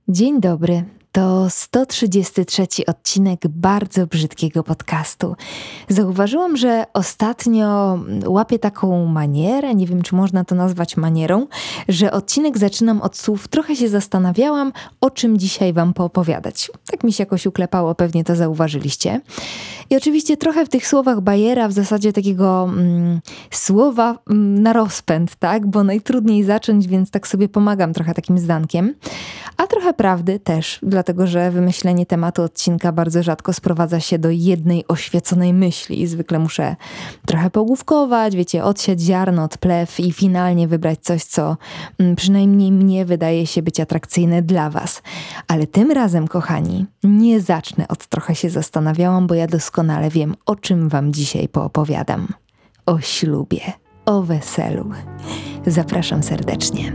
Dzień dobry. To 133 odcinek bardzo brzydkiego podcastu. Zauważyłam, że ostatnio łapię taką manierę, nie wiem, czy można to nazwać manierą, że odcinek zaczynam od słów "trochę się zastanawiałam, o czym dzisiaj wam poopowiadać". Tak mi się jakoś uklepało, pewnie to zauważyliście. I oczywiście trochę w tych słowach bajera, w zasadzie takiego słowa na rozpęd, tak? Bo najtrudniej zacząć, więc tak sobie pomagam trochę takim zdankiem. A trochę prawdy też, dlatego że wymyślenie tematu odcinka bardzo rzadko sprowadza się do jednej oświeconej myśli i zwykle muszę trochę pogłówkować, wiecie, odsiać ziarno od plew i finalnie wybrać coś, co przynajmniej mnie wydaje się być atrakcyjne dla was. Ale tym razem, kochani, nie zacznę od "trochę się zastanawiałam", bo ja doskonale wiem, o czym wam dzisiaj poopowiadam. O ślubie, o weselu. Zapraszam serdecznie.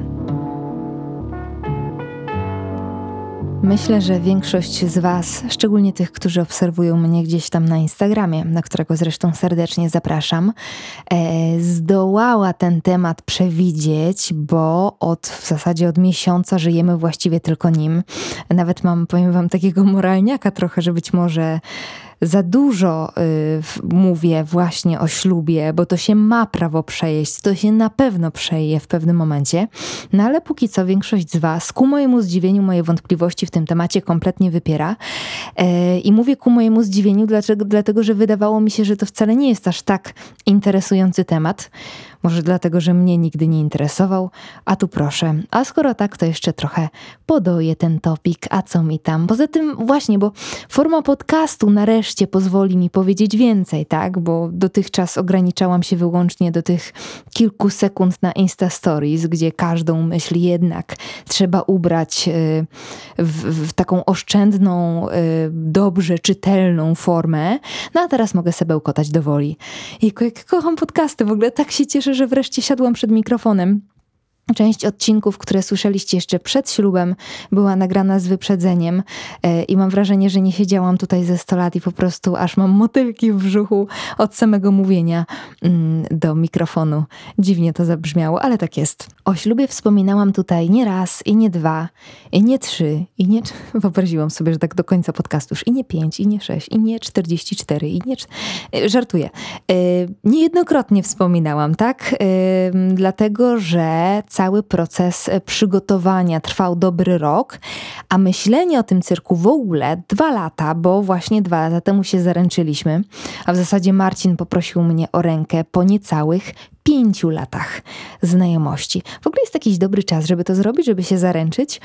Myślę, że większość z was, szczególnie tych, którzy obserwują mnie gdzieś tam na Instagramie, na którego zresztą serdecznie zapraszam, zdołała ten temat przewidzieć, bo w zasadzie od miesiąca żyjemy właściwie tylko nim. Nawet powiem wam, takiego moralniaka trochę, że być może za dużo mówię właśnie o ślubie, bo to się ma prawo przejeść, to się na pewno przeje w pewnym momencie. No ale póki co większość z was, ku mojemu zdziwieniu, moje wątpliwości w tym temacie kompletnie wypiera. I mówię ku mojemu zdziwieniu, dlatego że wydawało mi się, że to wcale nie jest aż tak interesujący temat. Może dlatego, że mnie nigdy nie interesował, a tu proszę. A skoro tak, to jeszcze trochę podoję ten topik, a co mi tam. Poza tym właśnie, bo forma podcastu nareszcie pozwoli mi powiedzieć więcej, tak? Bo dotychczas ograniczałam się wyłącznie do tych kilku sekund na Insta Stories, gdzie każdą myśl jednak trzeba ubrać w taką oszczędną, dobrze czytelną formę. No a teraz mogę sobie bełkotać do woli. Jejku, jak kocham podcasty, w ogóle tak się cieszę, że wreszcie siadłam przed mikrofonem. Część odcinków, które słyszeliście jeszcze przed ślubem, była nagrana z wyprzedzeniem i mam wrażenie, że nie siedziałam tutaj ze 100 lat i po prostu aż mam motylki w brzuchu od samego mówienia do mikrofonu. Dziwnie to zabrzmiało, ale tak jest. O ślubie wspominałam tutaj nie raz, i nie dwa, i nie trzy, i nie... Wyobraziłam sobie, że tak do końca podcastu już i nie 5, i nie 6, i nie 44, i nie... Żartuję. Niejednokrotnie wspominałam, tak? Dlatego, że cały proces przygotowania trwał dobry rok, a myślenie o tym cyrku w ogóle 2 lata, bo właśnie 2 lata temu się zaręczyliśmy, a w zasadzie Marcin poprosił mnie o rękę po niecałych 5 latach znajomości. W ogóle jest jakiś dobry czas, żeby to zrobić, żeby się zaręczyć.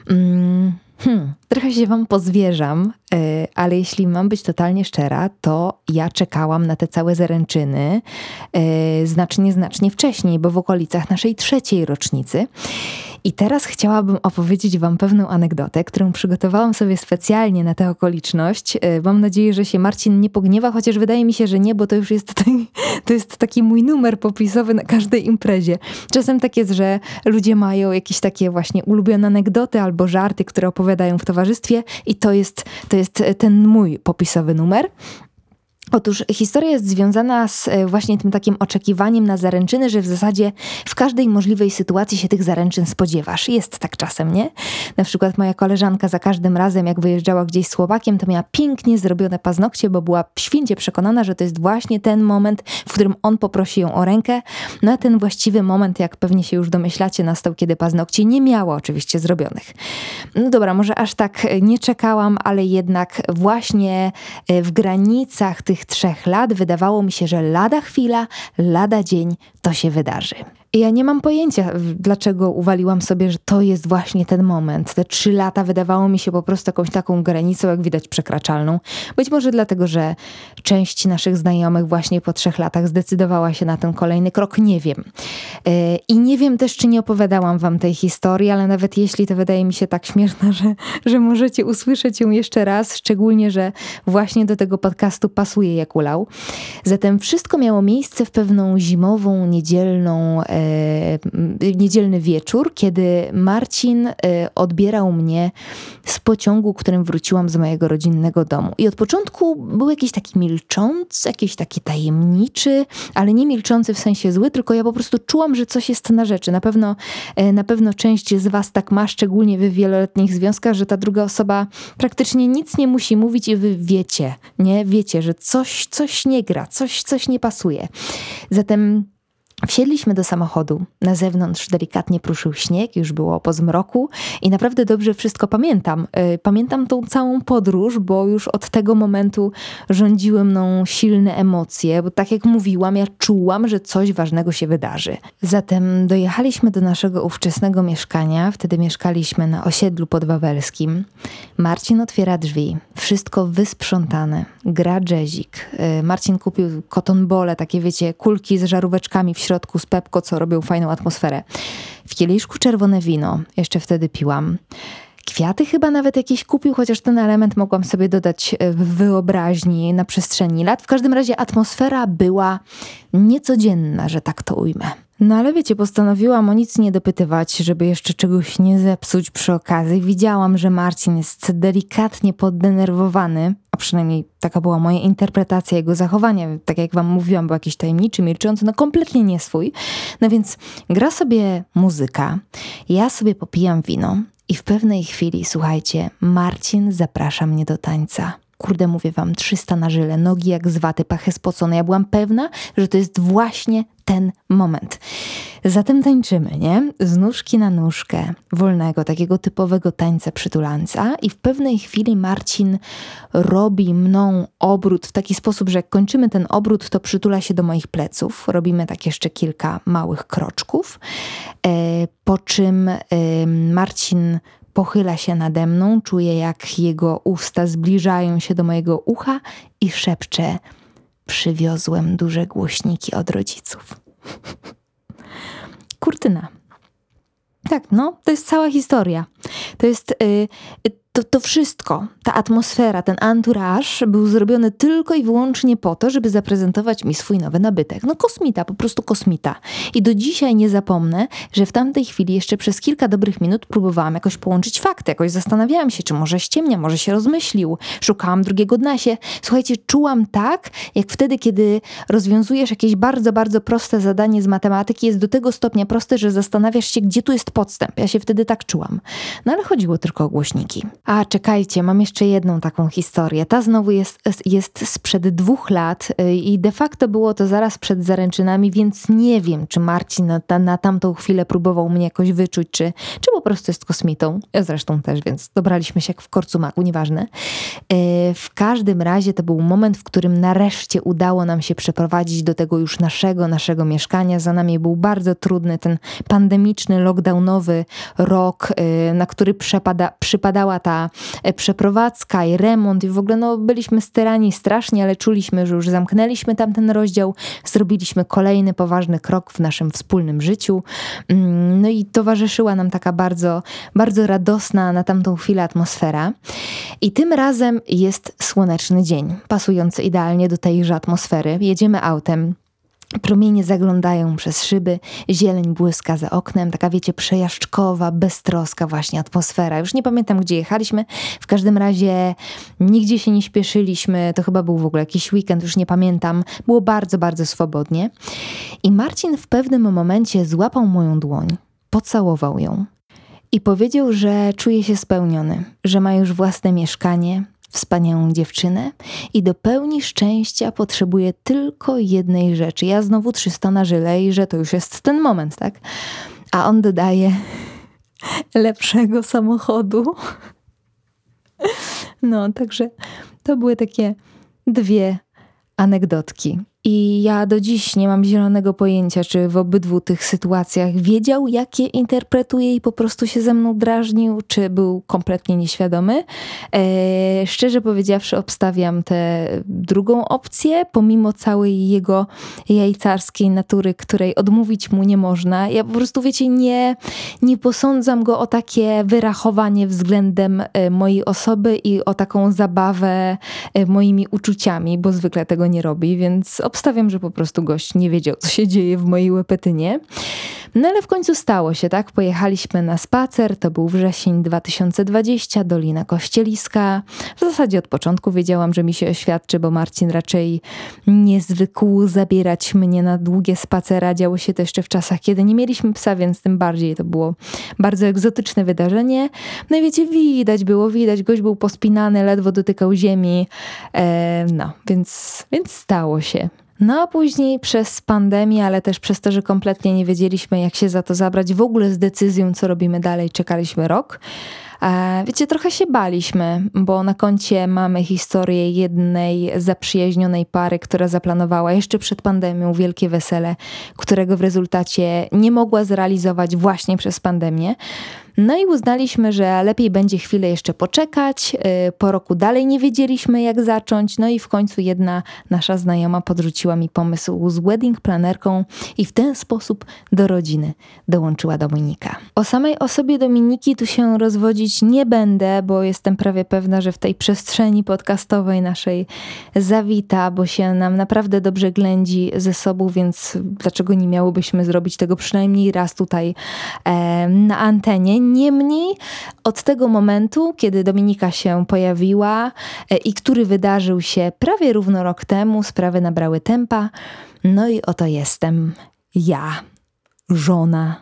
Trochę się wam pozwierzam, ale jeśli mam być totalnie szczera, to ja czekałam na te całe zaręczyny znacznie wcześniej, bo w okolicach naszej 3. rocznicy. I teraz chciałabym opowiedzieć wam pewną anegdotę, którą przygotowałam sobie specjalnie na tę okoliczność. Mam nadzieję, że się Marcin nie pogniewa, chociaż wydaje mi się, że nie, bo to już jest taki mój numer popisowy na każdej imprezie. Czasem tak jest, że ludzie mają jakieś takie właśnie ulubione anegdoty albo żarty, które opowiadają w towarzystwie i to jest ten mój popisowy numer. Otóż historia jest związana z właśnie tym takim oczekiwaniem na zaręczyny, że w zasadzie w każdej możliwej sytuacji się tych zaręczyn spodziewasz. Jest tak czasem, nie? Na przykład moja koleżanka za każdym razem, jak wyjeżdżała gdzieś z chłopakiem, to miała pięknie zrobione paznokcie, bo była święcie przekonana, że to jest właśnie ten moment, w którym on poprosi ją o rękę. No a ten właściwy moment, jak pewnie się już domyślacie, nastał, kiedy paznokci nie miała oczywiście zrobionych. No dobra, może aż tak nie czekałam, ale jednak właśnie w granicach tych 3 lat wydawało mi się, że lada chwila, lada dzień to się wydarzy. I ja nie mam pojęcia, dlaczego uwaliłam sobie, że to jest właśnie ten moment. Te 3 lata wydawało mi się po prostu jakąś taką granicą, jak widać, przekraczalną. Być może dlatego, że część naszych znajomych właśnie po 3 latach zdecydowała się na ten kolejny krok. Nie wiem. I nie wiem też, czy nie opowiadałam wam tej historii, ale nawet jeśli, to wydaje mi się tak śmieszna, że możecie usłyszeć ją jeszcze raz, szczególnie, że właśnie do tego podcastu pasuje jak ulał. Zatem wszystko miało miejsce w pewną zimową, niedzielną niedzielny wieczór, kiedy Marcin odbierał mnie z pociągu, którym wróciłam z mojego rodzinnego domu. I od początku był jakiś taki milczący, jakiś taki tajemniczy, ale nie milczący w sensie zły, tylko ja po prostu czułam, że coś jest na rzeczy. Na pewno część z was tak ma, szczególnie wy w wieloletnich związkach, że ta druga osoba praktycznie nic nie musi mówić i wy wiecie, nie? Wiecie, że coś nie gra, coś nie pasuje. Zatem wsiedliśmy do samochodu. Na zewnątrz delikatnie pruszył śnieg, już było po zmroku i naprawdę dobrze wszystko pamiętam. Pamiętam tą całą podróż, bo już od tego momentu rządziły mną silne emocje, bo tak jak mówiłam, ja czułam, że coś ważnego się wydarzy. Zatem dojechaliśmy do naszego ówczesnego mieszkania. Wtedy mieszkaliśmy na osiedlu podwawelskim. Marcin otwiera drzwi. Wszystko wysprzątane. Gra jazzik. Marcin kupił cottonbole, takie wiecie, kulki z żaróweczkami w środku z Pepko, co robią fajną atmosferę. W kieliszku czerwone wino, jeszcze wtedy piłam. Kwiaty chyba nawet jakieś kupił, chociaż ten element mogłam sobie dodać w wyobraźni na przestrzeni lat. W każdym razie atmosfera była niecodzienna, że tak to ujmę. No ale wiecie, postanowiłam o nic nie dopytywać, żeby jeszcze czegoś nie zepsuć przy okazji. Widziałam, że Marcin jest delikatnie poddenerwowany, a przynajmniej taka była moja interpretacja jego zachowania. Tak jak wam mówiłam, był jakiś tajemniczy, milczący, no kompletnie nie swój. No więc gra sobie muzyka, ja sobie popijam wino i w pewnej chwili, słuchajcie, Marcin zaprasza mnie do tańca. Kurde, mówię wam, 300 na żyle, nogi jak z waty, pachy spocone. Ja byłam pewna, że to jest właśnie ten moment. Zatem tańczymy, nie? Z nóżki na nóżkę, wolnego, takiego typowego tańca przytulanca i w pewnej chwili Marcin robi mną obrót w taki sposób, że jak kończymy ten obrót, to przytula się do moich pleców. Robimy tak jeszcze kilka małych kroczków, po czym Marcin pochyla się nade mną, czuję jak jego usta zbliżają się do mojego ucha i szepcze: przywiozłem duże głośniki od rodziców. Kurtyna. Tak, no, to jest cała historia. To jest to wszystko, ta atmosfera, ten entourage był zrobiony tylko i wyłącznie po to, żeby zaprezentować mi swój nowy nabytek. No kosmita, po prostu kosmita. I do dzisiaj nie zapomnę, że w tamtej chwili jeszcze przez kilka dobrych minut próbowałam jakoś połączyć fakty, jakoś zastanawiałam się, czy może ściemnia, może się rozmyślił. Szukałam drugiego dna się. Słuchajcie, czułam tak, jak wtedy, kiedy rozwiązujesz jakieś bardzo, bardzo proste zadanie z matematyki, jest do tego stopnia proste, że zastanawiasz się, gdzie tu jest podstęp. Ja się wtedy tak czułam. No ale chodziło tylko o głośniki. A czekajcie, mam jeszcze jedną taką historię. Ta znowu jest sprzed 2 lat i de facto było to zaraz przed zaręczynami, więc nie wiem, czy Marcin na tamtą chwilę próbował mnie jakoś wyczuć, czy po prostu jest kosmitą. Ja zresztą też, więc dobraliśmy się jak w korcu maku, nieważne. W każdym razie to był moment, w którym nareszcie udało nam się przeprowadzić do tego już naszego mieszkania. Za nami był bardzo trudny ten pandemiczny, lockdownowy rok, na który przypadała ta przeprowadzka i remont i w ogóle no, byliśmy styrani strasznie, ale czuliśmy, że już zamknęliśmy tamten rozdział, zrobiliśmy kolejny poważny krok w naszym wspólnym życiu. No i towarzyszyła nam taka bardzo, bardzo radosna na tamtą chwilę atmosfera. I tym razem jest słoneczny dzień, pasujący idealnie do tejże atmosfery. Jedziemy autem. Promienie zaglądają przez szyby, zieleń błyska za oknem, taka wiecie, przejażdżkowa, beztroska właśnie atmosfera. Już nie pamiętam, gdzie jechaliśmy, w każdym razie nigdzie się nie śpieszyliśmy, to chyba był w ogóle jakiś weekend, już nie pamiętam. Było bardzo, bardzo swobodnie. I Marcin w pewnym momencie złapał moją dłoń, pocałował ją i powiedział, że czuje się spełniony, że ma już własne mieszkanie, wspaniałą dziewczynę i do pełni szczęścia potrzebuje tylko jednej rzeczy. Ja znowu 300 na żyle i że to już jest ten moment, tak? A on dodaje lepszego samochodu. No, także to były takie 2 anegdotki. I ja do dziś nie mam zielonego pojęcia, czy w obydwu tych sytuacjach wiedział, jak je interpretuje i po prostu się ze mną drażnił, czy był kompletnie nieświadomy. Szczerze powiedziawszy, obstawiam tę drugą opcję, pomimo całej jego jajcarskiej natury, której odmówić mu nie można. Ja po prostu, wiecie, nie posądzam go o takie wyrachowanie względem mojej osoby i o taką zabawę moimi uczuciami, bo zwykle tego nie robi, więc Obstawiam, że po prostu gość nie wiedział, co się dzieje w mojej Łepetynie. No ale w końcu stało się, tak? Pojechaliśmy na spacer, to był wrzesień 2020, Dolina Kościeliska. W zasadzie od początku wiedziałam, że mi się oświadczy, bo Marcin raczej nie zwykł zabierać mnie na długie spacera. Działo się to jeszcze w czasach, kiedy nie mieliśmy psa, więc tym bardziej to było bardzo egzotyczne wydarzenie. No i wiecie, widać, gość był pospinany, ledwo dotykał ziemi. Więc stało się. No a później przez pandemię, ale też przez to, że kompletnie nie wiedzieliśmy, jak się za to zabrać, w ogóle z decyzją, co robimy dalej, czekaliśmy rok. Wiecie, trochę się baliśmy, bo na koncie mamy historię jednej zaprzyjaźnionej pary, która zaplanowała jeszcze przed pandemią wielkie wesele, którego w rezultacie nie mogła zrealizować właśnie przez pandemię. No i uznaliśmy, że lepiej będzie chwilę jeszcze poczekać. Po roku dalej nie wiedzieliśmy, jak zacząć. No i w końcu jedna nasza znajoma podrzuciła mi pomysł z wedding planerką i w ten sposób do rodziny dołączyła Dominika. O samej osobie Dominiki tu się rozwodzić nie będę, bo jestem prawie pewna, że w tej przestrzeni podcastowej naszej zawita, bo się nam naprawdę dobrze ględzi ze sobą, więc dlaczego nie miałobyśmy zrobić tego przynajmniej raz tutaj na antenie. Niemniej od tego momentu, kiedy Dominika się pojawiła i który wydarzył się prawie równo rok temu, sprawy nabrały tempa. No i oto jestem ja, żona.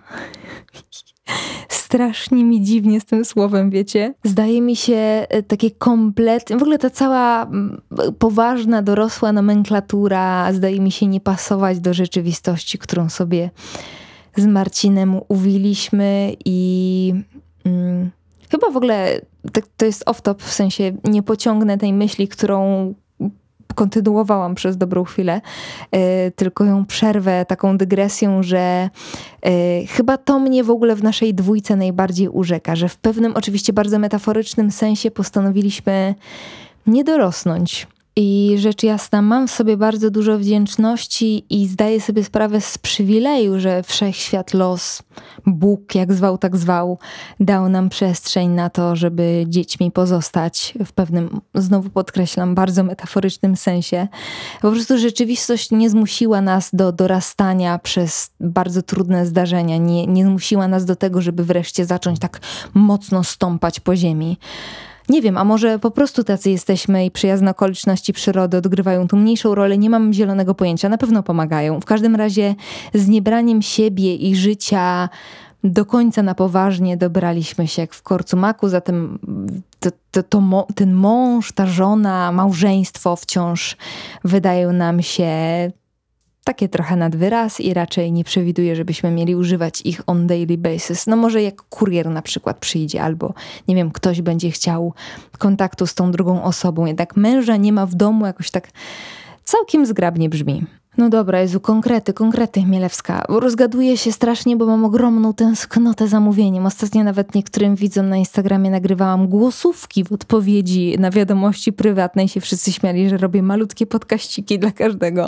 Strasznie mi dziwnie z tym słowem, wiecie. Zdaje mi się takie kompletnie, w ogóle ta cała poważna, dorosła nomenklatura zdaje mi się nie pasować do rzeczywistości, którą sobie z Marcinem uwiliśmy i chyba w ogóle to jest off-top, w sensie nie pociągnę tej myśli, którą kontynuowałam przez dobrą chwilę, tylko ją przerwę taką dygresją, że chyba to mnie w ogóle w naszej dwójce najbardziej urzeka, że w pewnym oczywiście bardzo metaforycznym sensie postanowiliśmy nie dorosnąć. I rzecz jasna, mam w sobie bardzo dużo wdzięczności i zdaję sobie sprawę z przywileju, że wszechświat, los, Bóg, jak zwał, tak zwał, dał nam przestrzeń na to, żeby dziećmi pozostać w pewnym, znowu podkreślam, bardzo metaforycznym sensie. Po prostu rzeczywistość nie zmusiła nas do dorastania przez bardzo trudne zdarzenia, nie zmusiła nas do tego, żeby wreszcie zacząć tak mocno stąpać po ziemi. Nie wiem, a może po prostu tacy jesteśmy i przyjazne okoliczności przyrody odgrywają tu mniejszą rolę, nie mam zielonego pojęcia, na pewno pomagają. W każdym razie z niebraniem siebie i życia do końca na poważnie dobraliśmy się jak w korcu maku, zatem ten mąż, ta żona, małżeństwo wciąż wydają nam się takie trochę nad wyraz i raczej nie przewiduję, żebyśmy mieli używać ich on daily basis. No może jak kurier na przykład przyjdzie albo, nie wiem, ktoś będzie chciał kontaktu z tą drugą osobą. Jednak męża nie ma w domu, jakoś tak całkiem zgrabnie brzmi. No dobra, Jezu, konkrety, Chmielewska. Rozgaduję się strasznie, bo mam ogromną tęsknotę za mówieniem. Ostatnio nawet niektórym widzom na Instagramie nagrywałam głosówki w odpowiedzi na wiadomości prywatne i się wszyscy śmiali, że robię malutkie podkaściki dla każdego.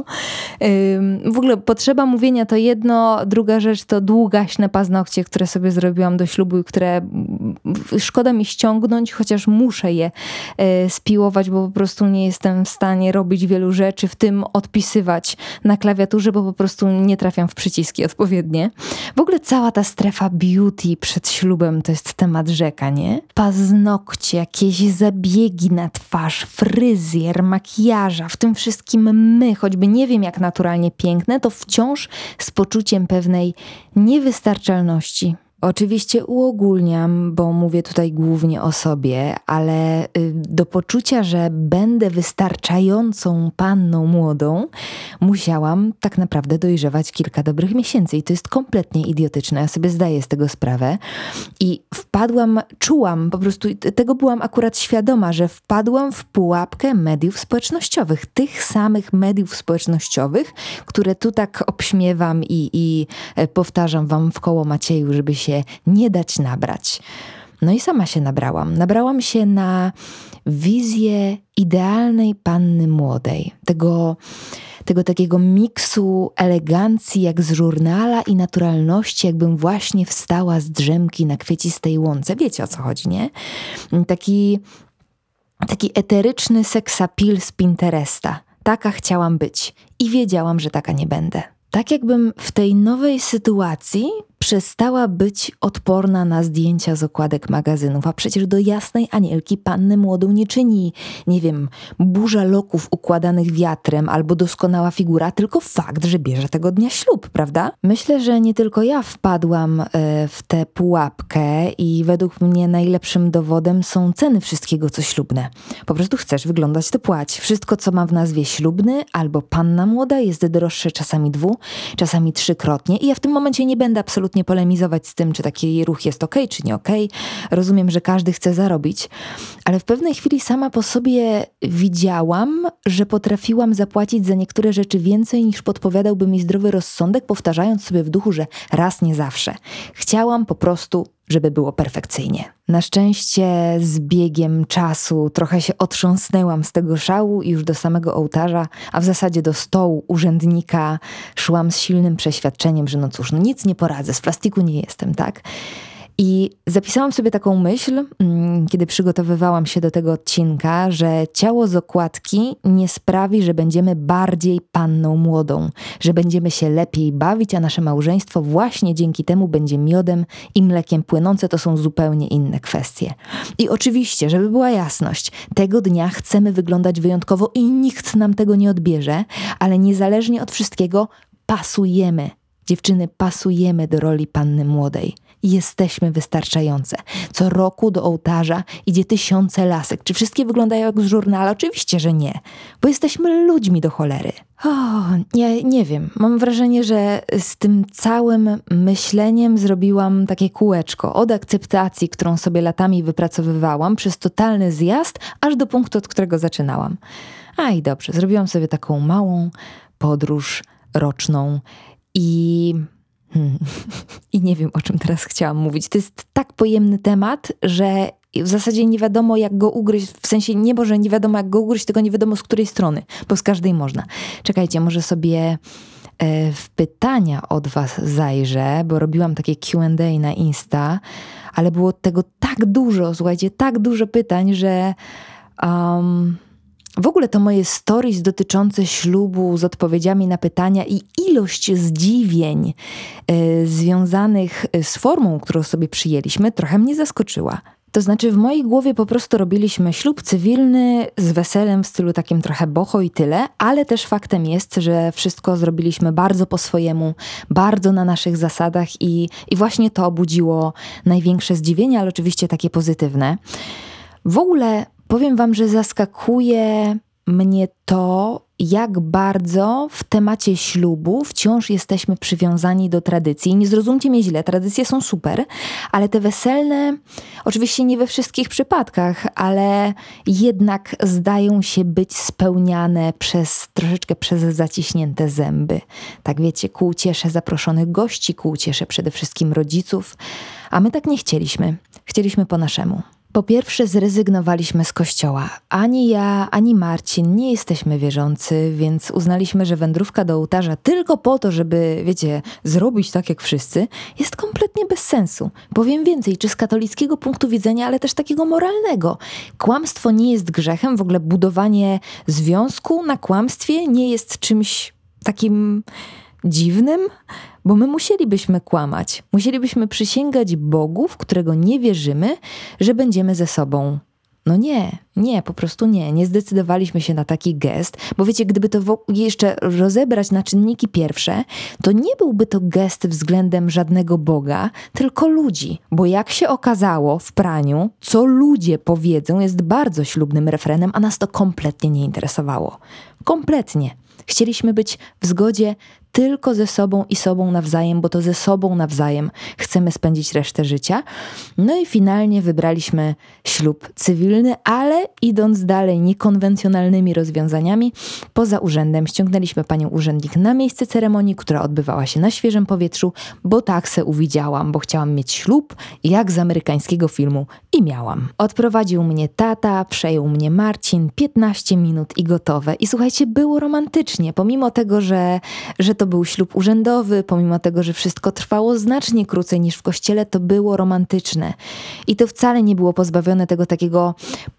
W ogóle potrzeba mówienia to jedno, druga rzecz to długaśne paznokcie, które sobie zrobiłam do ślubu i które szkoda mi ściągnąć, chociaż muszę je spiłować, bo po prostu nie jestem w stanie robić wielu rzeczy, w tym odpisywać na klawiaturze, bo po prostu nie trafiam w przyciski odpowiednie. W ogóle cała ta strefa beauty przed ślubem to jest temat rzeka, nie? Paznokcie, jakieś zabiegi na twarz, fryzjer, makijaża, w tym wszystkim my, choćby nie wiem jak naturalnie piękne, to wciąż z poczuciem pewnej niewystarczalności. Oczywiście uogólniam, bo mówię tutaj głównie o sobie, ale do poczucia, że będę wystarczającą panną młodą, musiałam tak naprawdę dojrzewać kilka dobrych miesięcy i to jest kompletnie idiotyczne. Ja sobie zdaję z tego sprawę i czułam, po prostu tego byłam akurat świadoma, że wpadłam w pułapkę mediów społecznościowych, tych samych mediów społecznościowych, które tu tak obśmiewam i powtarzam wam w koło Macieju, żeby się nie dać nabrać. No i sama się nabrałam. Nabrałam się na wizję idealnej panny młodej. Tego takiego miksu elegancji jak z żurnala i naturalności, jakbym właśnie wstała z drzemki na kwiecistej łące. Wiecie o co chodzi, nie? Taki eteryczny seksapil z Pinteresta. taka chciałam być i wiedziałam, że taka nie będę. Tak jakbym w tej nowej sytuacji przestała być odporna na zdjęcia z okładek magazynów, a przecież do jasnej Anielki pannę młodą nie czyni, nie wiem, burza loków układanych wiatrem albo doskonała figura, tylko fakt, że bierze tego dnia ślub, prawda? Myślę, że nie tylko ja wpadłam w tę pułapkę i według mnie najlepszym dowodem są ceny wszystkiego, co ślubne. Po prostu chcesz wyglądać, to płać. Wszystko, co ma w nazwie ślubny albo panna młoda, jest droższe czasami czasami trzykrotnie i ja w tym momencie nie będę absolutnie polemizować z tym, czy taki ruch jest okej, czy nie okej. Rozumiem, że każdy chce zarobić, ale w pewnej chwili sama po sobie widziałam, że potrafiłam zapłacić za niektóre rzeczy więcej niż podpowiadałby mi zdrowy rozsądek, powtarzając sobie w duchu, że raz nie zawsze. Chciałam po prostu, żeby było perfekcyjnie. Na szczęście z biegiem czasu trochę się otrząsnęłam z tego szału i już do samego ołtarza, a w zasadzie do stołu urzędnika szłam z silnym przeświadczeniem, że no cóż, no nic nie poradzę, z plastiku nie jestem, tak? I zapisałam sobie taką myśl, kiedy przygotowywałam się do tego odcinka, że ciało z okładki nie sprawi, że będziemy bardziej panną młodą, że będziemy się lepiej bawić, a nasze małżeństwo właśnie dzięki temu będzie miodem i mlekiem płynące. To są zupełnie inne kwestie. I oczywiście, żeby była jasność, tego dnia chcemy wyglądać wyjątkowo i nikt nam tego nie odbierze, ale niezależnie od wszystkiego pasujemy. Dziewczyny, pasujemy do roli panny młodej. Jesteśmy wystarczające. Co roku do ołtarza idzie tysiące lasek. Czy wszystkie wyglądają jak z żurnala? Oczywiście, że nie. Bo jesteśmy ludźmi do cholery. Ja nie wiem. Mam wrażenie, że z tym całym myśleniem zrobiłam takie kółeczko. Od akceptacji, którą sobie latami wypracowywałam, przez totalny zjazd, aż do punktu, od którego zaczynałam. I dobrze, zrobiłam sobie taką małą podróż roczną i nie wiem, o czym teraz chciałam mówić. To jest tak pojemny temat, że w zasadzie nie wiadomo, jak go ugryźć. W sensie nie, że nie wiadomo, jak go ugryźć, tylko nie wiadomo, z której strony, bo z każdej można. Czekajcie, może sobie w pytania od was zajrzę, bo robiłam takie Q&A na Insta, ale było tego tak dużo, słuchajcie, tak dużo pytań, że w ogóle to moje stories dotyczące ślubu z odpowiedziami na pytania i ilość zdziwień związanych z formą, którą sobie przyjęliśmy, trochę mnie zaskoczyła. To znaczy w mojej głowie po prostu robiliśmy ślub cywilny z weselem w stylu takim trochę boho i tyle, ale też faktem jest, że wszystko zrobiliśmy bardzo po swojemu, bardzo na naszych zasadach i właśnie to budziło największe zdziwienie, ale oczywiście takie pozytywne. W ogóle powiem wam, że zaskakuje mnie to, jak bardzo w temacie ślubu wciąż jesteśmy przywiązani do tradycji. Nie zrozumcie mnie źle, tradycje są super, ale te weselne, oczywiście nie we wszystkich przypadkach, ale jednak zdają się być spełniane troszeczkę przez zaciśnięte zęby. Tak wiecie, ku uciesze zaproszonych gości, ku uciesze przede wszystkim rodziców, a my tak nie chcieliśmy. Chcieliśmy po naszemu. Po pierwsze zrezygnowaliśmy z kościoła. Ani ja, ani Marcin nie jesteśmy wierzący, więc uznaliśmy, że wędrówka do ołtarza tylko po to, żeby, wiecie, zrobić tak jak wszyscy, jest kompletnie bez sensu. Powiem więcej, czy z katolickiego punktu widzenia, ale też takiego moralnego. Kłamstwo nie jest grzechem, w ogóle budowanie związku na kłamstwie nie jest czymś takim dziwnym, bo my musielibyśmy kłamać. Musielibyśmy przysięgać Bogu, w którego nie wierzymy, że będziemy ze sobą. No nie, po prostu nie. Nie zdecydowaliśmy się na taki gest, bo wiecie, gdyby to jeszcze rozebrać na czynniki pierwsze, to nie byłby to gest względem żadnego Boga, tylko ludzi. Bo jak się okazało w praniu, co ludzie powiedzą, jest bardzo ślubnym refrenem, a nas to kompletnie nie interesowało. Kompletnie. Chcieliśmy być w zgodzie tylko ze sobą i sobą nawzajem, bo to ze sobą nawzajem chcemy spędzić resztę życia. No i finalnie wybraliśmy ślub cywilny, ale idąc dalej niekonwencjonalnymi rozwiązaniami, poza urzędem ściągnęliśmy panią urzędnik na miejsce ceremonii, która odbywała się na świeżym powietrzu, bo tak se uwidziałam, bo chciałam mieć ślub jak z amerykańskiego filmu i miałam. Odprowadził mnie tata, przejął mnie Marcin, 15 minut i gotowe. I słuchajcie, było romantycznie, pomimo tego, że to to był ślub urzędowy, pomimo tego, że wszystko trwało znacznie krócej niż w kościele, to było romantyczne. I to wcale nie było pozbawione tego takiego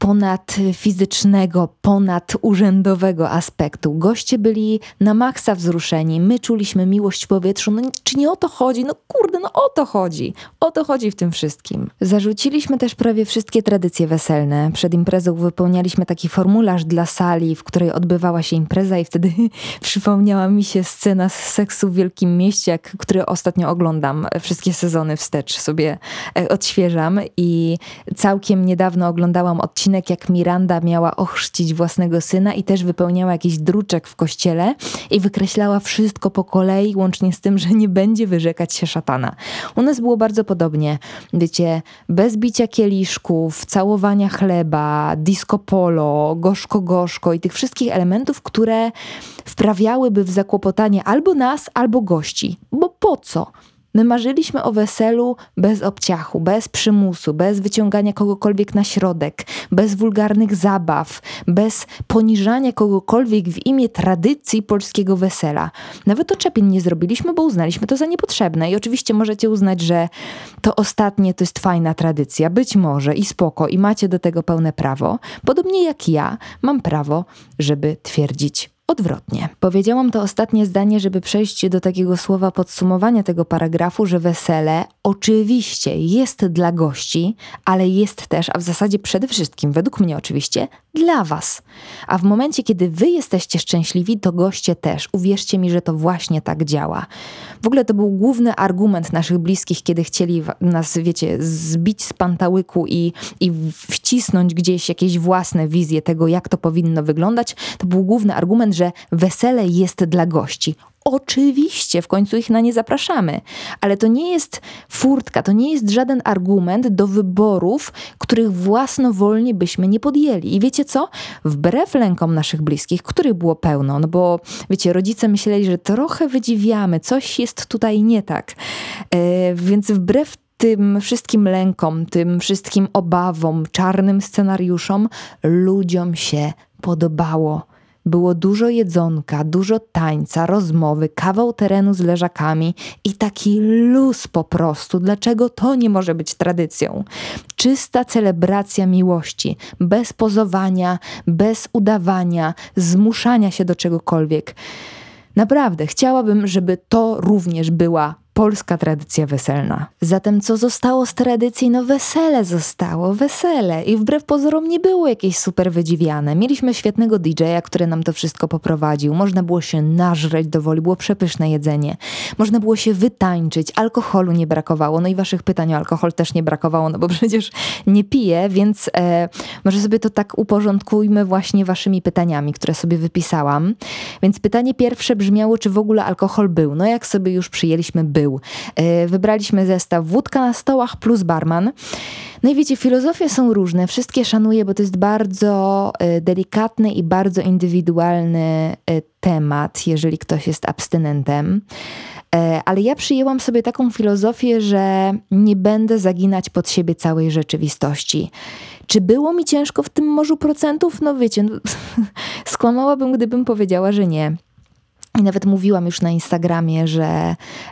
ponadfizycznego, ponadurzędowego aspektu. Goście byli na maksa wzruszeni, my czuliśmy miłość w powietrzu. No czy nie o to chodzi? No kurde, no o to chodzi. O to chodzi w tym wszystkim. Zarzuciliśmy też prawie wszystkie tradycje weselne. Przed imprezą wypełnialiśmy taki formularz dla sali, w której odbywała się impreza i wtedy przypomniała mi się scena z Seksu w Wielkim Mieście, który ostatnio oglądam. Wszystkie sezony wstecz sobie odświeżam i całkiem niedawno oglądałam odcinek, jak Miranda miała ochrzcić własnego syna i też wypełniała jakiś druczek w kościele i wykreślała wszystko po kolei, łącznie z tym, że nie będzie wyrzekać się szatana. U nas było bardzo podobnie. Wiecie, bez bicia kieliszków, całowania chleba, disco polo, gorzko i tych wszystkich elementów, które wprawiałyby w zakłopotanie albo nas, albo gości. Bo po co? My marzyliśmy o weselu bez obciachu, bez przymusu, bez wyciągania kogokolwiek na środek, bez wulgarnych zabaw, bez poniżania kogokolwiek w imię tradycji polskiego wesela. Nawet oczepień nie zrobiliśmy, bo uznaliśmy to za niepotrzebne. I oczywiście możecie uznać, że to ostatnie to jest fajna tradycja. Być może i spoko, i macie do tego pełne prawo. Podobnie jak ja mam prawo, żeby twierdzić odwrotnie. Powiedziałam to ostatnie zdanie, żeby przejść do takiego słowa podsumowania tego paragrafu, że wesele oczywiście jest dla gości, ale jest też, a w zasadzie przede wszystkim, według mnie oczywiście, dla was. A w momencie, kiedy wy jesteście szczęśliwi, to goście też. Uwierzcie mi, że to właśnie tak działa. W ogóle to był główny argument naszych bliskich, kiedy chcieli nas, wiecie, zbić z pantałyku i wcisnąć gdzieś jakieś własne wizje tego, jak to powinno wyglądać. To był główny argument, że wesele jest dla gości. Oczywiście, w końcu ich na nie zapraszamy, ale to nie jest furtka, to nie jest żaden argument do wyborów, których własnowolnie byśmy nie podjęli. I wiecie co? Wbrew lękom naszych bliskich, których było pełno, no bo wiecie, rodzice myśleli, że trochę wydziwiamy, coś jest tutaj nie tak. Więc wbrew tym wszystkim lękom, tym wszystkim obawom, czarnym scenariuszom, ludziom się podobało. Było dużo jedzonka, dużo tańca, rozmowy, kawał terenu z leżakami i taki luz po prostu. Dlaczego to nie może być tradycją? Czysta celebracja miłości, bez pozowania, bez udawania, zmuszania się do czegokolwiek. Naprawdę, chciałabym, żeby to również była polska tradycja weselna. Zatem co zostało z tradycji? No wesele zostało, wesele. I wbrew pozorom nie było jakieś super wydziwiane. Mieliśmy świetnego DJ-a, który nam to wszystko poprowadził. Można było się nażreć do woli, było przepyszne jedzenie. Można było się wytańczyć, alkoholu nie brakowało. No i waszych pytań o alkohol też nie brakowało, no bo przecież nie piję, więc może sobie to tak uporządkujmy właśnie waszymi pytaniami, które sobie wypisałam. Więc pytanie pierwsze brzmiało, czy w ogóle alkohol był? No jak sobie już przyjęliśmy, był. Wybraliśmy zestaw wódka na stołach plus barman. No i wiecie, filozofie są różne, wszystkie szanuję, bo to jest bardzo delikatny i bardzo indywidualny temat, jeżeli ktoś jest abstynentem. Ale ja przyjęłam sobie taką filozofię, że nie będę zaginać pod siebie całej rzeczywistości. Czy było mi ciężko w tym morzu procentów? No wiecie, skłamałabym, gdybym powiedziała, że nie. I nawet mówiłam już na Instagramie, że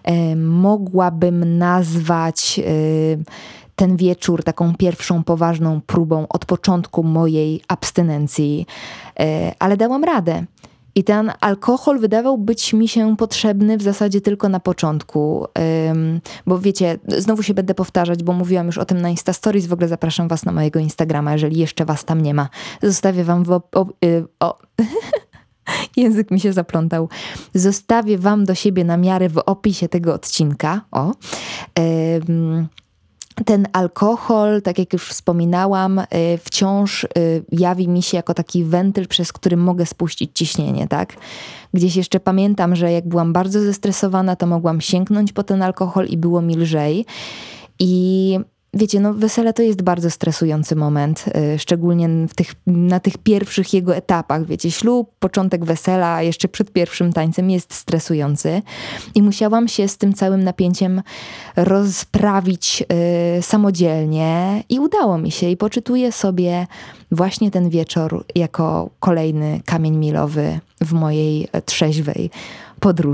mogłabym nazwać ten wieczór taką pierwszą poważną próbą od początku mojej abstynencji, ale dałam radę. I ten alkohol wydawał być mi się potrzebny w zasadzie tylko na początku, bo wiecie, znowu się będę powtarzać, bo mówiłam już o tym na Insta Stories, w ogóle zapraszam was na mojego Instagrama, jeżeli jeszcze was tam nie ma. Zostawię wam język mi się zaplątał. Zostawię wam do siebie namiary w opisie tego odcinka. Ten alkohol, tak jak już wspominałam, wciąż jawi mi się jako taki wentyl, przez który mogę spuścić ciśnienie, tak? Gdzieś jeszcze pamiętam, że jak byłam bardzo zestresowana, to mogłam sięgnąć po ten alkohol i było mi lżej. I wiecie, no wesele to jest bardzo stresujący moment, szczególnie na tych pierwszych jego etapach. Wiecie, ślub, początek wesela, jeszcze przed pierwszym tańcem jest stresujący. I musiałam się z tym całym napięciem rozprawić samodzielnie i udało mi się. I poczytuję sobie właśnie ten wieczór jako kolejny kamień milowy w mojej trzeźwej podróży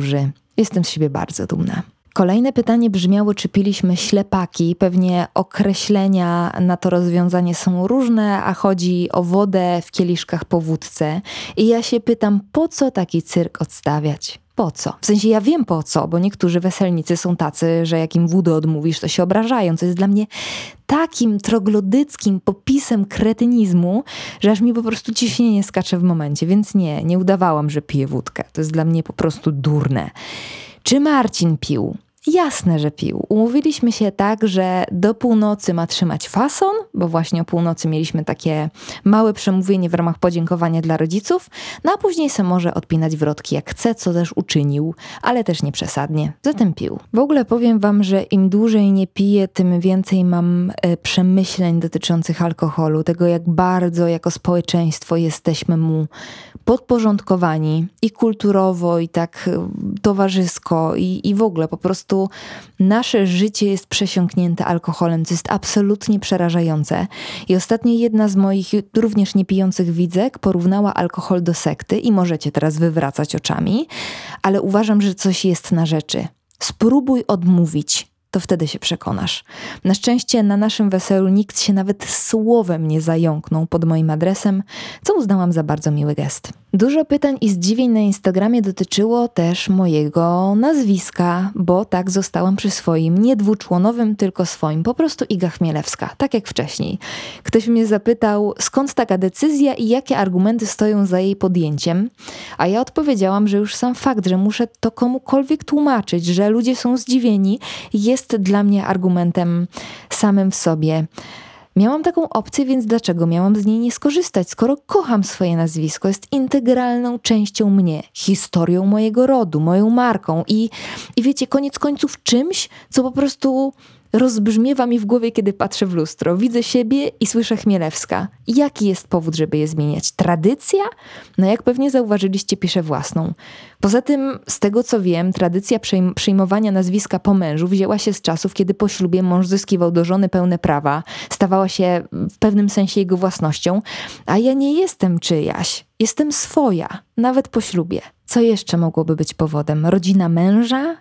Jestem z siebie bardzo dumna. Kolejne pytanie brzmiało, czy piliśmy ślepaki. Pewnie określenia na to rozwiązanie są różne, a chodzi o wodę w kieliszkach po wódce. I ja się pytam, po co taki cyrk odstawiać? Po co? W sensie ja wiem po co, bo niektórzy weselnicy są tacy, że jak im wódę odmówisz, to się obrażają, co jest dla mnie takim troglodyckim popisem kretynizmu, że aż mi po prostu ciśnienie skacze w momencie. Więc nie udawałam, że piję wódkę. To jest dla mnie po prostu durne. Czy Marcin pił? Jasne, że pił. Umówiliśmy się tak, że do północy ma trzymać fason, bo właśnie o północy mieliśmy takie małe przemówienie w ramach podziękowania dla rodziców, no a później se może odpinać wrotki jak chce, co też uczynił, ale też nie przesadnie. Zatem pił. W ogóle powiem wam, że im dłużej nie piję, tym więcej mam przemyśleń dotyczących alkoholu, tego jak bardzo jako społeczeństwo jesteśmy mu podporządkowani i kulturowo, i tak towarzysko, i w ogóle po prostu nasze życie jest przesiąknięte alkoholem, co jest absolutnie przerażające. I ostatnio jedna z moich również niepijących widzek porównała alkohol do sekty i możecie teraz wywracać oczami, ale uważam, że coś jest na rzeczy. Spróbuj odmówić. To wtedy się przekonasz. Na szczęście na naszym weselu nikt się nawet słowem nie zająknął pod moim adresem, co uznałam za bardzo miły gest. Dużo pytań i zdziwień na Instagramie dotyczyło też mojego nazwiska, bo tak zostałam przy swoim, nie dwuczłonowym, tylko swoim, po prostu Iga Chmielewska, tak jak wcześniej. Ktoś mnie zapytał, skąd taka decyzja i jakie argumenty stoją za jej podjęciem, a ja odpowiedziałam, że już sam fakt, że muszę to komukolwiek tłumaczyć, że ludzie są zdziwieni, jest dla mnie argumentem samym w sobie. Miałam taką opcję, więc dlaczego miałam z niej nie skorzystać, skoro kocham swoje nazwisko, jest integralną częścią mnie, historią mojego rodu, moją marką i wiecie, koniec końców czymś, co po prostu rozbrzmiewa mi w głowie, kiedy patrzę w lustro. Widzę siebie i słyszę Chmielewska. Jaki jest powód, żeby je zmieniać? Tradycja? No jak pewnie zauważyliście, piszę własną. Poza tym, z tego co wiem, tradycja przyjmowania nazwiska po mężu wzięła się z czasów, kiedy po ślubie mąż zyskiwał do żony pełne prawa, stawała się w pewnym sensie jego własnością, a ja nie jestem czyjaś. Jestem swoja, nawet po ślubie. Co jeszcze mogłoby być powodem? Rodzina męża?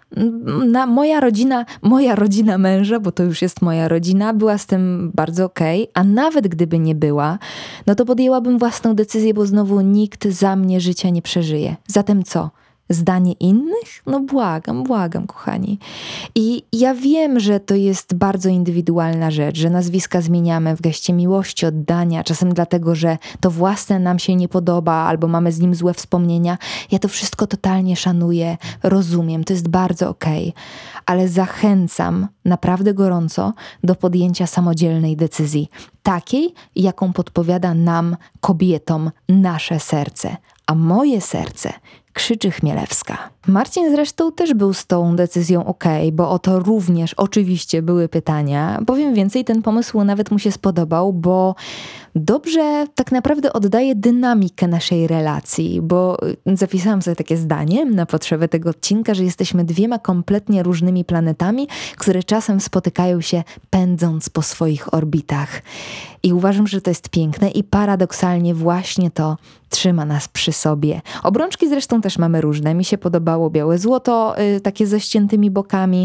Moja rodzina męża, bo to już jest moja rodzina, była z tym bardzo okej, a nawet gdyby nie była, no to podjęłabym własną decyzję, bo znowu nikt za mnie życia nie przeżyje. Zatem co? Zdanie innych? No błagam, kochani. I ja wiem, że to jest bardzo indywidualna rzecz, że nazwiska zmieniamy w geście miłości, oddania, czasem dlatego, że to własne nam się nie podoba albo mamy z nim złe wspomnienia. Ja to wszystko totalnie szanuję, rozumiem, to jest bardzo okej. Ale zachęcam naprawdę gorąco do podjęcia samodzielnej decyzji. Takiej, jaką podpowiada nam, kobietom, nasze serce. A moje serce krzyczy Chmielewska. Marcin zresztą też był z tą decyzją okej, bo o to również oczywiście były pytania. Powiem więcej, ten pomysł nawet mu się spodobał, bo dobrze tak naprawdę oddaje dynamikę naszej relacji, bo zapisałam sobie takie zdanie na potrzebę tego odcinka, że jesteśmy dwiema kompletnie różnymi planetami, które czasem spotykają się pędząc po swoich orbitach. I uważam, że to jest piękne i paradoksalnie właśnie to trzyma nas przy sobie. Obrączki zresztą też mamy różne. Mi się podobało białe złoto, takie ze ściętymi bokami.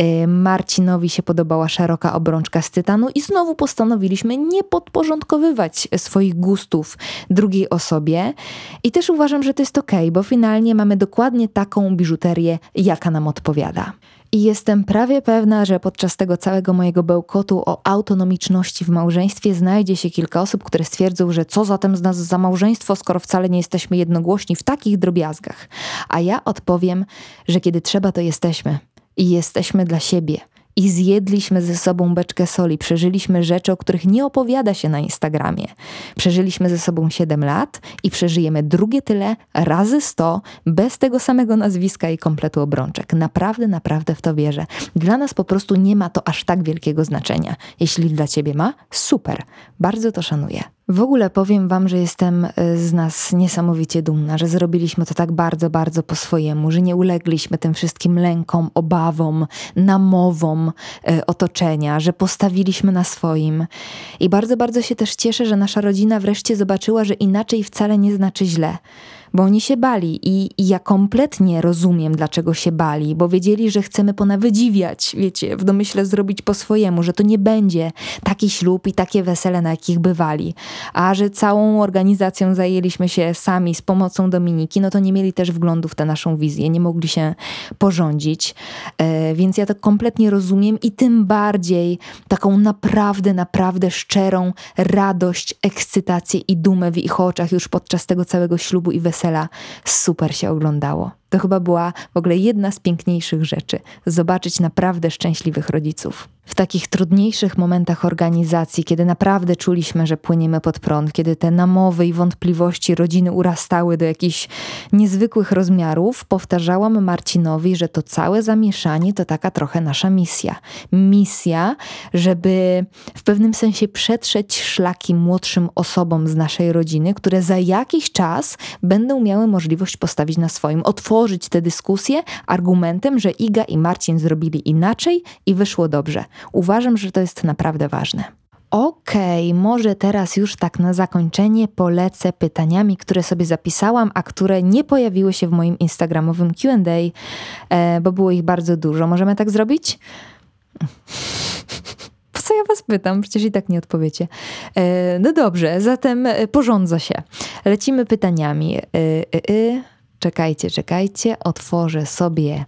Marcinowi się podobała szeroka obrączka z tytanu i znowu postanowiliśmy nie podporządkowywać swoich gustów drugiej osobie. I też uważam, że to jest okej, bo finalnie mamy dokładnie taką biżuterię, jaka nam odpowiada. I jestem prawie pewna, że podczas tego całego mojego bełkotu o autonomiczności w małżeństwie znajdzie się kilka osób, które stwierdzą, że co zatem z nas za małżeństwo, skoro wcale nie jesteśmy jednogłośni w takich drobiazgach. A ja odpowiem, że kiedy trzeba, to jesteśmy. I jesteśmy dla siebie. I zjedliśmy ze sobą beczkę soli. Przeżyliśmy rzeczy, o których nie opowiada się na Instagramie. Przeżyliśmy ze sobą 7 lat i przeżyjemy drugie tyle razy 100 bez tego samego nazwiska i kompletu obrączek. Naprawdę w to wierzę. Dla nas po prostu nie ma to aż tak wielkiego znaczenia. Jeśli dla ciebie ma, super. Bardzo to szanuję. W ogóle powiem wam, że jestem z nas niesamowicie dumna, że zrobiliśmy to tak bardzo po swojemu, że nie ulegliśmy tym wszystkim lękom, obawom, namowom otoczenia, że postawiliśmy na swoim. I bardzo się też cieszę, że nasza rodzina wreszcie zobaczyła, że inaczej wcale nie znaczy źle. bo oni się bali i ja kompletnie rozumiem, dlaczego się bali, bo wiedzieli, że chcemy ponawydziwiać, wiecie, w domyśle zrobić po swojemu, że to nie będzie taki ślub i takie wesele, na jakich bywali, a że całą organizacją zajęliśmy się sami z pomocą Dominiki, no to nie mieli też wglądu w tę naszą wizję, nie mogli się porządzić, więc ja to kompletnie rozumiem i tym bardziej taką naprawdę szczerą radość, ekscytację i dumę w ich oczach już podczas tego całego ślubu i wesela super się oglądało. To chyba była w ogóle jedna z piękniejszych rzeczy. Zobaczyć naprawdę szczęśliwych rodziców. W takich trudniejszych momentach organizacji, kiedy naprawdę czuliśmy, że płyniemy pod prąd, kiedy te namowy i wątpliwości rodziny urastały do jakichś niezwykłych rozmiarów, powtarzałam Marcinowi, że to całe zamieszanie to taka trochę nasza misja. Misja, żeby w pewnym sensie przetrzeć szlaki młodszym osobom z naszej rodziny, które za jakiś czas będą miały możliwość postawić na swoim, otworzyć tę dyskusję argumentem, że Iga i Marcin zrobili inaczej i wyszło dobrze. Uważam, że to jest naprawdę ważne. Okej, może teraz już tak na zakończenie polecę pytaniami, które sobie zapisałam, a które nie pojawiły się w moim instagramowym Q&A, bo było ich bardzo dużo. Możemy tak zrobić? Po co ja was pytam? Przecież i tak nie odpowiecie. No dobrze, zatem porządzę się. Lecimy pytaniami. Czekajcie, otworzę sobie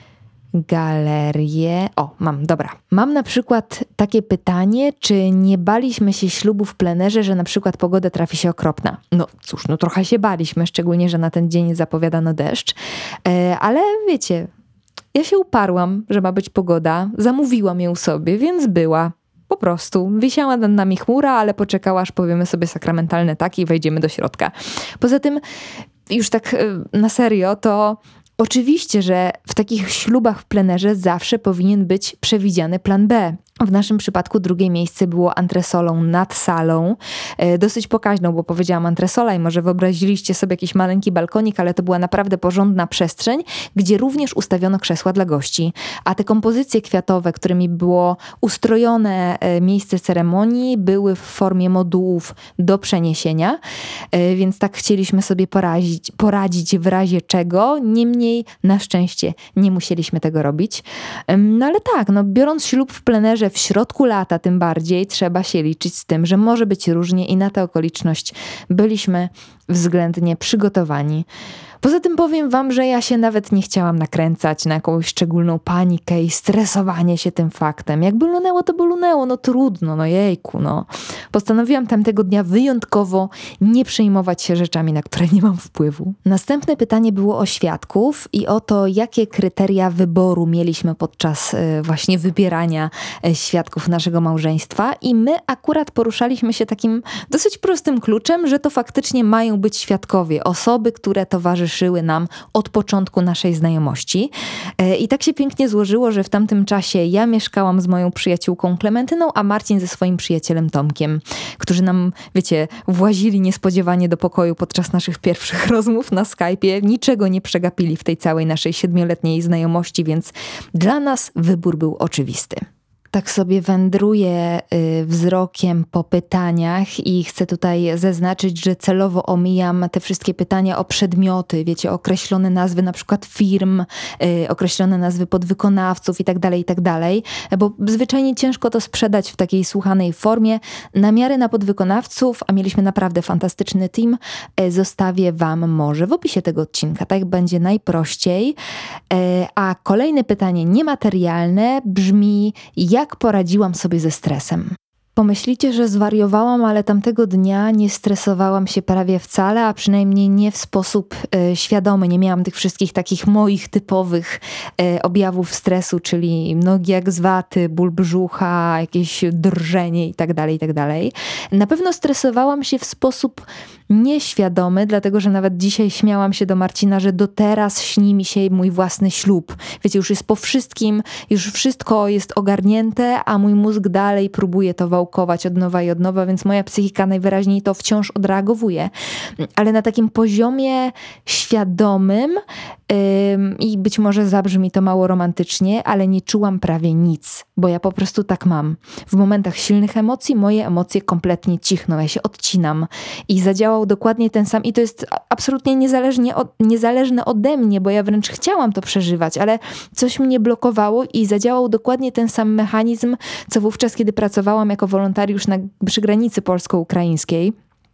galerię. O, dobra. Mam na przykład takie pytanie, czy nie baliśmy się ślubu w plenerze, że na przykład pogoda trafi się okropna? No cóż, trochę się baliśmy, szczególnie, że na ten dzień zapowiadano deszcz, ale wiecie, ja się uparłam, że ma być pogoda, zamówiłam ją sobie, więc była. Po prostu wisiała nad nami chmura, ale poczekała, aż powiemy sobie sakramentalne tak i wejdziemy do środka. Poza tym, już tak na serio, to oczywiście, że w takich ślubach w plenerze zawsze powinien być przewidziany plan B. W naszym przypadku drugie miejsce było antresolą nad salą. Dosyć pokaźną, bo powiedziałam antresola i może wyobraziliście sobie jakiś maleńki balkonik, ale to była naprawdę porządna przestrzeń, gdzie również ustawiono krzesła dla gości. A te kompozycje kwiatowe, którymi było ustrojone miejsce ceremonii, były w formie modułów do przeniesienia, więc tak chcieliśmy sobie poradzić w razie czego. Niemniej na szczęście nie musieliśmy tego robić. No ale tak, biorąc ślub w plenerze w środku lata tym bardziej trzeba się liczyć z tym, że może być różnie i na tę okoliczność byliśmy względnie przygotowani. Poza tym powiem wam, że ja się nawet nie chciałam nakręcać na jakąś szczególną panikę i stresowanie się tym faktem. Jak lunęło, to lunęło, trudno, jejku, Postanowiłam tamtego dnia wyjątkowo nie przejmować się rzeczami, na które nie mam wpływu. Następne pytanie było o świadków i o to, jakie kryteria wyboru mieliśmy podczas właśnie wybierania świadków naszego małżeństwa i my akurat poruszaliśmy się takim dosyć prostym kluczem, że to faktycznie mają być świadkowie, osoby, które towarzyszyły nam od początku naszej znajomości. I tak się pięknie złożyło, że w tamtym czasie ja mieszkałam z moją przyjaciółką Klementyną, a Marcin ze swoim przyjacielem Tomkiem, którzy nam, wiecie, włazili niespodziewanie do pokoju podczas naszych pierwszych rozmów na Skype'ie. Niczego nie przegapili w tej całej naszej 7-letniej znajomości, więc dla nas wybór był oczywisty. Tak sobie wędruję wzrokiem po pytaniach i chcę tutaj zaznaczyć, że celowo omijam te wszystkie pytania o przedmioty, wiecie, określone nazwy na przykład firm, określone nazwy podwykonawców i tak dalej, bo zwyczajnie ciężko to sprzedać w takiej słuchanej formie. Namiary na podwykonawców, a mieliśmy naprawdę fantastyczny team, zostawię wam może w opisie tego odcinka, tak będzie najprościej. A kolejne pytanie niematerialne brzmi: jak poradziłam sobie ze stresem? Pomyślicie, że zwariowałam, ale tamtego dnia nie stresowałam się prawie wcale, a przynajmniej nie w sposób świadomy. Nie miałam tych wszystkich takich moich typowych objawów stresu, czyli nogi jak z waty, ból brzucha, jakieś drżenie i tak dalej. Na pewno stresowałam się w sposób nieświadomy, dlatego że nawet dzisiaj śmiałam się do Marcina, że do teraz śni mi się mój własny ślub. Wiecie, już jest po wszystkim, już wszystko jest ogarnięte, a mój mózg dalej próbuje to wałkować od nowa, więc moja psychika najwyraźniej to wciąż odreagowuje. Ale na takim poziomie świadomym i być może zabrzmi to mało romantycznie, ale nie czułam prawie nic, bo ja po prostu tak mam. W momentach silnych emocji moje emocje kompletnie cichną, ja się odcinam i zadziałał zadziałał dokładnie ten sam i to jest absolutnie niezależne ode mnie, bo ja wręcz chciałam to przeżywać, ale coś mnie blokowało i zadziałał dokładnie ten sam mechanizm, co wówczas, kiedy pracowałam jako wolontariusz przy granicy polsko-ukraińskiej.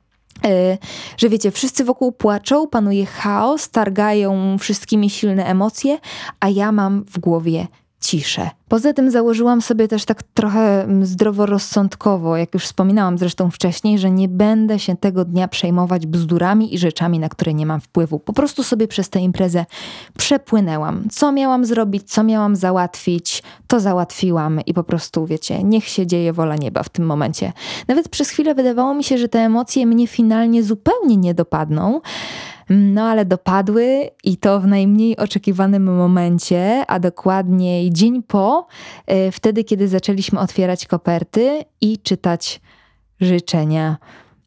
Że wiecie, wszyscy wokół płaczą, panuje chaos, targają wszystkimi silne emocje, a ja mam w głowie ciszę. Poza tym założyłam sobie też tak trochę zdroworozsądkowo, jak już wspominałam zresztą wcześniej, że nie będę się tego dnia przejmować bzdurami i rzeczami, na które nie mam wpływu. Po prostu sobie przez tę imprezę przepłynęłam. Co miałam zrobić, co miałam załatwić, to załatwiłam i po prostu, wiecie, niech się dzieje wola nieba w tym momencie. Nawet przez chwilę wydawało mi się, że te emocje mnie finalnie zupełnie nie dopadną, no ale dopadły i to w najmniej oczekiwanym momencie, a dokładniej dzień po, wtedy kiedy zaczęliśmy otwierać koperty i czytać życzenia.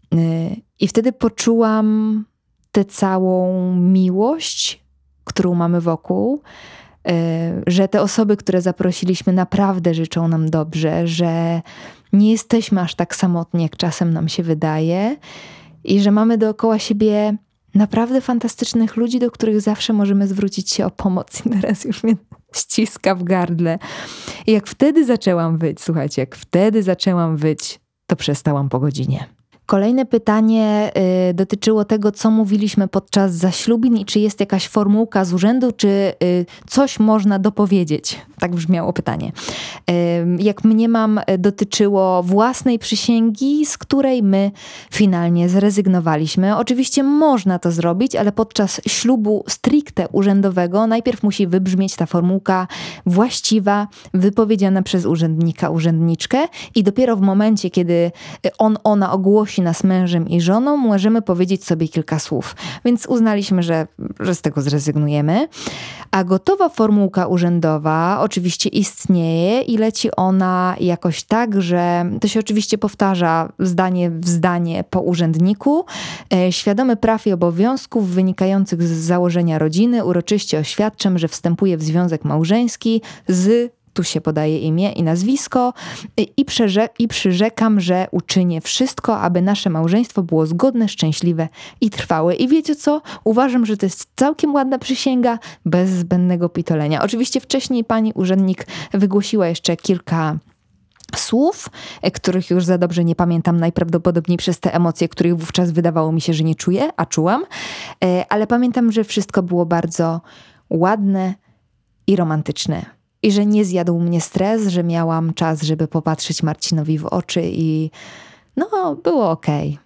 I wtedy poczułam tę całą miłość, którą mamy wokół, że te osoby, które zaprosiliśmy, naprawdę życzą nam dobrze, że nie jesteśmy aż tak samotni, jak czasem nam się wydaje i że mamy dookoła siebie naprawdę fantastycznych ludzi, do których zawsze możemy zwrócić się o pomoc. I teraz już mnie ściska w gardle. I jak wtedy zaczęłam wyć, słuchajcie, to przestałam po godzinie. Kolejne pytanie dotyczyło tego, co mówiliśmy podczas zaślubin i czy jest jakaś formułka z urzędu, czy coś można dopowiedzieć. Tak brzmiało pytanie. Jak mniemam, dotyczyło własnej przysięgi, z której my finalnie zrezygnowaliśmy. Oczywiście można to zrobić, ale podczas ślubu stricte urzędowego najpierw musi wybrzmieć ta formułka właściwa, wypowiedziana przez urzędnika, urzędniczkę i dopiero w momencie, kiedy ona ogłosi nas mężem i żoną, możemy powiedzieć sobie kilka słów. Więc uznaliśmy, że z tego zrezygnujemy. A gotowa formułka urzędowa oczywiście istnieje i leci ona jakoś tak, że to się oczywiście powtarza zdanie w zdanie po urzędniku. Świadomy praw i obowiązków wynikających z założenia rodziny uroczyście oświadczam, że wstępuję w związek małżeński tu się podaje imię i nazwisko i przyrzekam, że uczynię wszystko, aby nasze małżeństwo było zgodne, szczęśliwe i trwałe. I wiecie co? Uważam, że to jest całkiem ładna przysięga, bez zbędnego pitolenia. Oczywiście wcześniej pani urzędnik wygłosiła jeszcze kilka słów, których już za dobrze nie pamiętam, najprawdopodobniej przez te emocje, których wówczas wydawało mi się, że nie czuję, a czułam. Ale pamiętam, że wszystko było bardzo ładne i romantyczne. I że nie zjadł mnie stres, że miałam czas, żeby popatrzeć Marcinowi w oczy i było okej.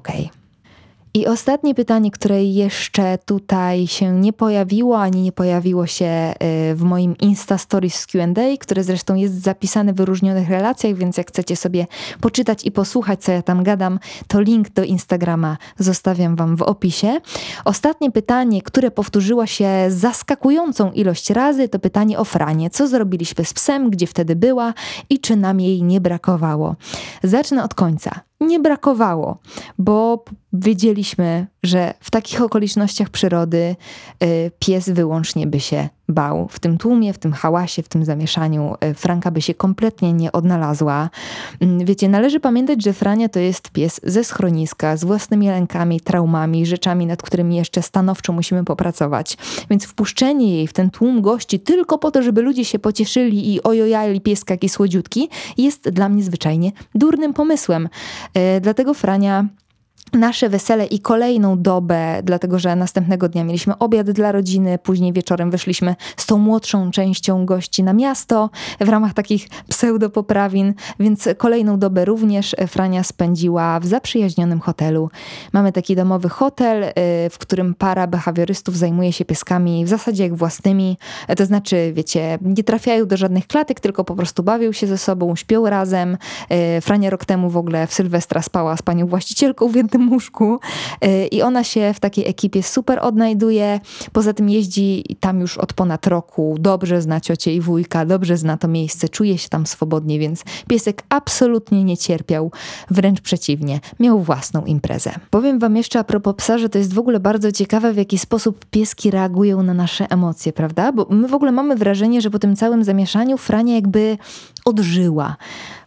I ostatnie pytanie, które jeszcze tutaj się nie pojawiło, ani nie pojawiło się w moim Insta Stories z Q&A, które zresztą jest zapisane w wyróżnionych relacjach, więc jak chcecie sobie poczytać i posłuchać, co ja tam gadam, to link do Instagrama zostawiam wam w opisie. Ostatnie pytanie, które powtórzyło się zaskakującą ilość razy, to pytanie o Franię. Co zrobiliśmy z psem, gdzie wtedy była i czy nam jej nie brakowało? Zacznę od końca. Nie brakowało, bo wiedzieliśmy, że w takich okolicznościach przyrody pies wyłącznie by się bał. W tym tłumie, w tym hałasie, w tym zamieszaniu Franka by się kompletnie nie odnalazła. Wiecie, należy pamiętać, że Frania to jest pies ze schroniska, z własnymi lękami, traumami, rzeczami, nad którymi jeszcze stanowczo musimy popracować. Więc wpuszczenie jej w ten tłum gości tylko po to, żeby ludzie się pocieszyli i ojojali pieska jaki słodziutki, jest dla mnie zwyczajnie durnym pomysłem. Dlatego Frania nasze wesele i kolejną dobę, dlatego że następnego dnia mieliśmy obiad dla rodziny, później wieczorem wyszliśmy z tą młodszą częścią gości na miasto w ramach takich pseudopoprawin, więc kolejną dobę również Frania spędziła w zaprzyjaźnionym hotelu. Mamy taki domowy hotel, w którym para behawiorystów zajmuje się pieskami w zasadzie jak własnymi, to znaczy, wiecie, nie trafiają do żadnych klatek, tylko po prostu bawią się ze sobą, śpią razem. Frania rok temu w ogóle w Sylwestra spała z panią właścicielką w jednym łóżku i ona się w takiej ekipie super odnajduje. Poza tym jeździ tam już od ponad roku, dobrze zna ciocię i wujka, dobrze zna to miejsce, czuje się tam swobodnie, więc piesek absolutnie nie cierpiał, wręcz przeciwnie, miał własną imprezę. Powiem wam jeszcze a propos psa, że to jest w ogóle bardzo ciekawe, w jaki sposób pieski reagują na nasze emocje, prawda? Bo my w ogóle mamy wrażenie, że po tym całym zamieszaniu Frania jakby odżyła,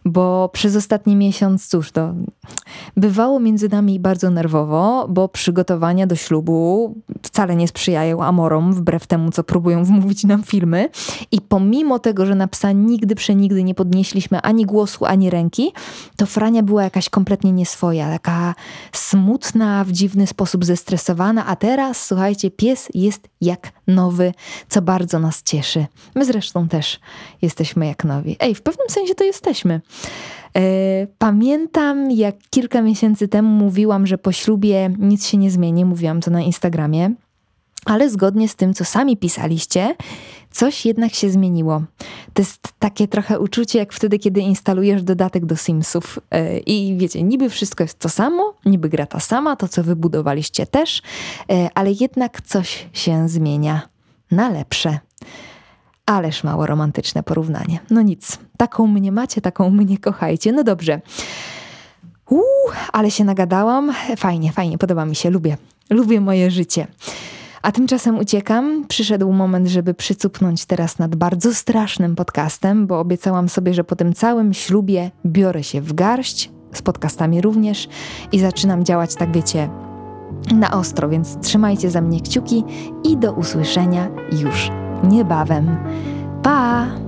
bo przez ostatni miesiąc, cóż, to bywało między nami bardzo nerwowo, bo przygotowania do ślubu wcale nie sprzyjają amorom, wbrew temu, co próbują wmówić nam filmy. I pomimo tego, że na psa nigdy przenigdy nie podnieśliśmy ani głosu, ani ręki, to Frania była jakaś kompletnie nieswoja, taka smutna, w dziwny sposób zestresowana, a teraz, słuchajcie, pies jest jak nowy, co bardzo nas cieszy. My zresztą też jesteśmy jak nowi. W pewnym sensie to jesteśmy. Pamiętam, jak kilka miesięcy temu mówiłam, że po ślubie nic się nie zmieni, mówiłam to na Instagramie, ale zgodnie z tym, co sami pisaliście, coś jednak się zmieniło. To jest takie trochę uczucie, jak wtedy, kiedy instalujesz dodatek do Simsów i wiecie, niby wszystko jest to samo, niby gra ta sama, to co wybudowaliście też, ale jednak coś się zmienia na lepsze. Ależ mało romantyczne porównanie. No nic, taką mnie macie, taką mnie kochajcie. No dobrze. Ale się nagadałam. Fajnie, podoba mi się, lubię moje życie. A tymczasem uciekam. Przyszedł moment, żeby przycupnąć teraz nad bardzo strasznym podcastem, bo obiecałam sobie, że po tym całym ślubie biorę się w garść, z podcastami również i zaczynam działać, tak wiecie, na ostro, więc trzymajcie za mnie kciuki i do usłyszenia już niebawem. Pa!